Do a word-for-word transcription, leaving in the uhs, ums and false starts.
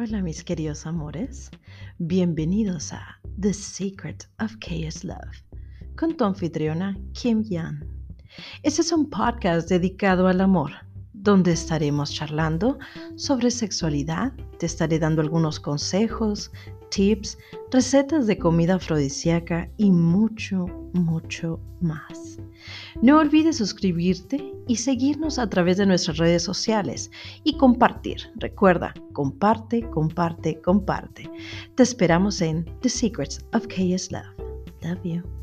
Hola mis queridos amores, bienvenidos a The Secret of Chaos Love con tu anfitriona Kim Yan. Este es un podcast dedicado al amor, donde estaremos charlando sobre sexualidad, te estaré dando algunos consejos, tips, recetas de comida afrodisíaca y mucho, mucho más. No olvides suscribirte y seguirnos a través de nuestras redes sociales y compartir. Recuerda, comparte, comparte, comparte. Te esperamos en The Secrets of Chaos Love. Love you.